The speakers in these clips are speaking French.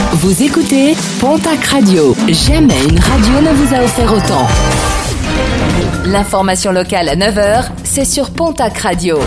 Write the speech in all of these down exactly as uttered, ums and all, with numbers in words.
Vous écoutez Pontac Radio. Jamais une radio ne vous a offert autant. L'information locale à neuf heures, c'est sur Pontac Radio.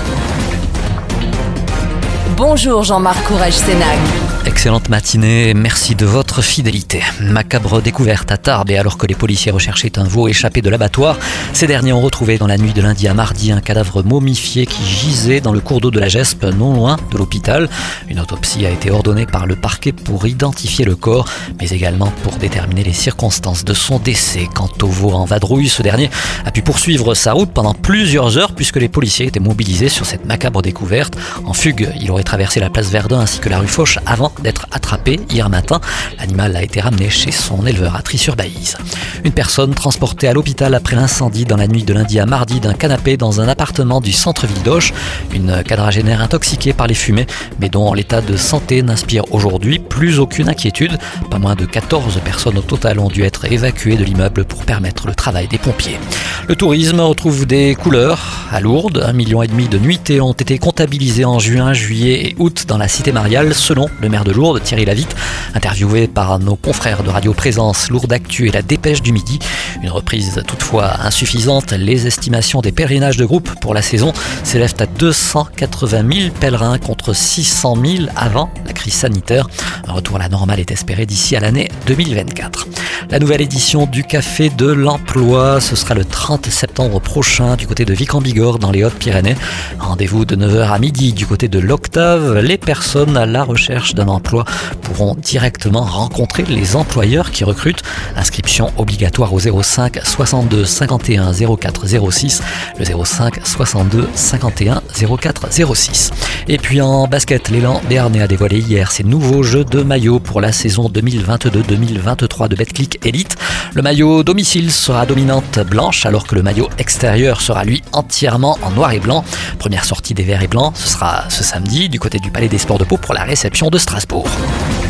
Bonjour Jean-Marc Courage-Sénac. Excellente matinée, merci de votre fidélité. Macabre découverte à Tarbes, et alors que les policiers recherchaient un veau échappé de l'abattoir, ces derniers ont retrouvé dans la nuit de lundi à mardi un cadavre momifié qui gisait dans le cours d'eau de la Gespe, non loin de l'hôpital. Une autopsie a été ordonnée par le parquet pour identifier le corps, mais également pour déterminer les circonstances de son décès. Quant au veau en vadrouille, ce dernier a pu poursuivre sa route pendant plusieurs heures puisque les policiers étaient mobilisés sur cette macabre découverte. En fugue, il aurait traversé la place Verdun ainsi que la rue Foch avant d'être attrapé hier matin. L'animal a été ramené chez son éleveur à Trie-sur-Baïse. Une personne transportée à l'hôpital après l'incendie dans la nuit de lundi à mardi d'un canapé dans un appartement du centre-ville d'Auch. Une quadragénaire intoxiquée par les fumées, mais dont l'état de santé n'inspire aujourd'hui plus aucune inquiétude. Pas moins de quatorze personnes au total ont dû être évacuées de l'immeuble pour permettre le travail des pompiers. Le tourisme retrouve des couleurs. À Lourdes, un million et demi de nuitées ont été comptabilisées en juin, juillet et août dans la cité mariale, selon le maire de Lourdes, Thierry Lavitte, interviewé par nos confrères de Radio Présence, Lourdes Actu et la Dépêche du Midi. Une reprise toutefois insuffisante. Les estimations des pèlerinages de groupe pour la saison s'élèvent à deux cent quatre-vingt mille pèlerins contre six cent mille avant la crise sanitaire. Un retour à la normale est espéré d'ici à l'année deux mille vingt-quatre. La nouvelle édition du Café de l'Emploi, ce sera le trente septembre prochain du côté de Vic-en-Bigorre dans les Hautes-Pyrénées. Rendez-vous de neuf heures à midi du côté de l'Octave. Les personnes à la recherche d'un emploi pourront directement rencontrer les employeurs qui recrutent. Inscription obligatoire au zéro cinq soixante-deux cinquante et un zéro quatre zéro six, le zéro cinq soixante-deux cinquante et un zéro quatre zéro six. Et puis en basket, l'élan béarnais a dévoilé hier ses nouveaux jeux de maillot pour la saison deux mille vingt-deux deux mille vingt-trois de Betclic Elite. Le maillot domicile sera dominante blanche alors que le maillot extérieur sera lui entièrement en noir et blanc. Première sortie des verts et blancs, ce sera ce samedi du côté du Palais des Sports de Pau pour la réception de Strasbourg.